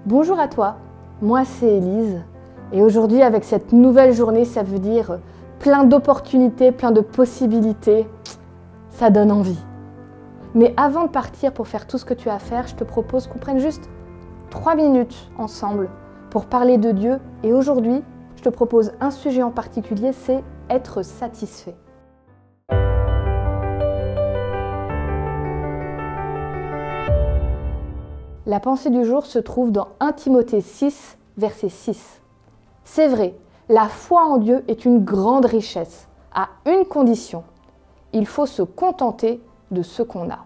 Bonjour à toi, moi c'est Élise et aujourd'hui avec cette nouvelle journée ça veut dire plein d'opportunités, plein de possibilités, ça donne envie. Mais avant de partir pour faire tout ce que tu as à faire, je te propose qu'on prenne juste 3 minutes ensemble pour parler de Dieu et aujourd'hui je te propose un sujet en particulier, c'est être satisfait. La pensée du jour se trouve dans 1 Timothée 6, verset 6. C'est vrai, la foi en Dieu est une grande richesse, à une condition. Il faut se contenter de ce qu'on a.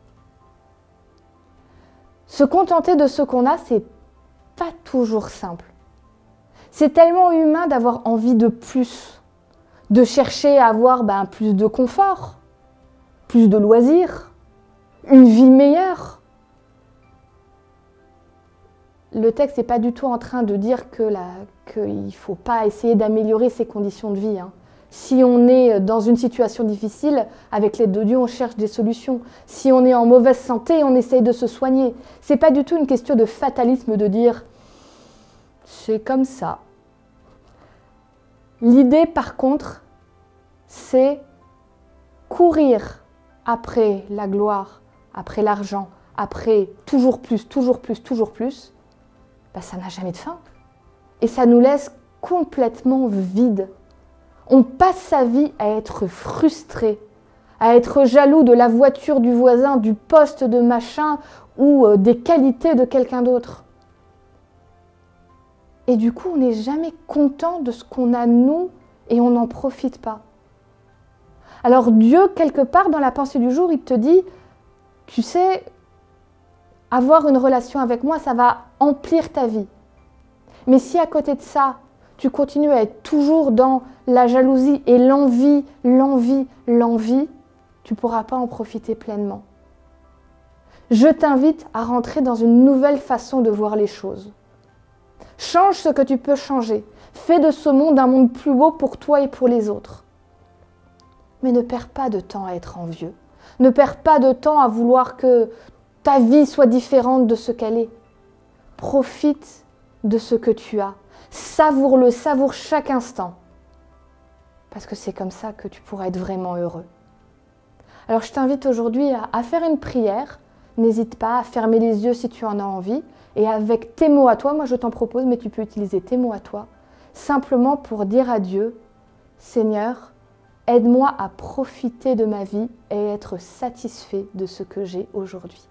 Se contenter de ce qu'on a, c'est pas toujours simple. C'est tellement humain d'avoir envie de plus, de chercher à avoir plus de confort, plus de loisirs, une vie meilleure. Le texte n'est pas du tout en train de dire qu'il ne faut pas essayer d'améliorer ses conditions de vie. Si on est dans une situation difficile, avec l'aide de Dieu, on cherche des solutions. Si on est en mauvaise santé, on essaye de se soigner. Ce n'est pas du tout une question de fatalisme de dire « c'est comme ça ». L'idée, par contre, c'est courir après la gloire, après l'argent, après toujours plus, toujours plus, toujours plus. Ça n'a jamais de fin. Et ça nous laisse complètement vides. On passe sa vie à être frustré, à être jaloux de la voiture du voisin, du poste de machin ou des qualités de quelqu'un d'autre. Et du coup, on n'est jamais content de ce qu'on a nous et on n'en profite pas. Alors Dieu, quelque part dans la pensée du jour, il te dit, tu sais, avoir une relation avec moi, ça va emplir ta vie. Mais si à côté de ça, tu continues à être toujours dans la jalousie et l'envie, tu ne pourras pas en profiter pleinement. Je t'invite à rentrer dans une nouvelle façon de voir les choses. Change ce que tu peux changer. Fais de ce monde un monde plus beau pour toi et pour les autres. Mais ne perds pas de temps à être envieux. Ne perds pas de temps à vouloir que ta vie soit différente de ce qu'elle est. Profite de ce que tu as. Savoure-le, savoure chaque instant. Parce que c'est comme ça que tu pourras être vraiment heureux. Alors je t'invite aujourd'hui à faire une prière. N'hésite pas à fermer les yeux si tu en as envie. Et avec tes mots à toi, moi je t'en propose, mais tu peux utiliser tes mots à toi, simplement pour dire à Dieu, Seigneur, aide-moi à profiter de ma vie et être satisfait de ce que j'ai aujourd'hui.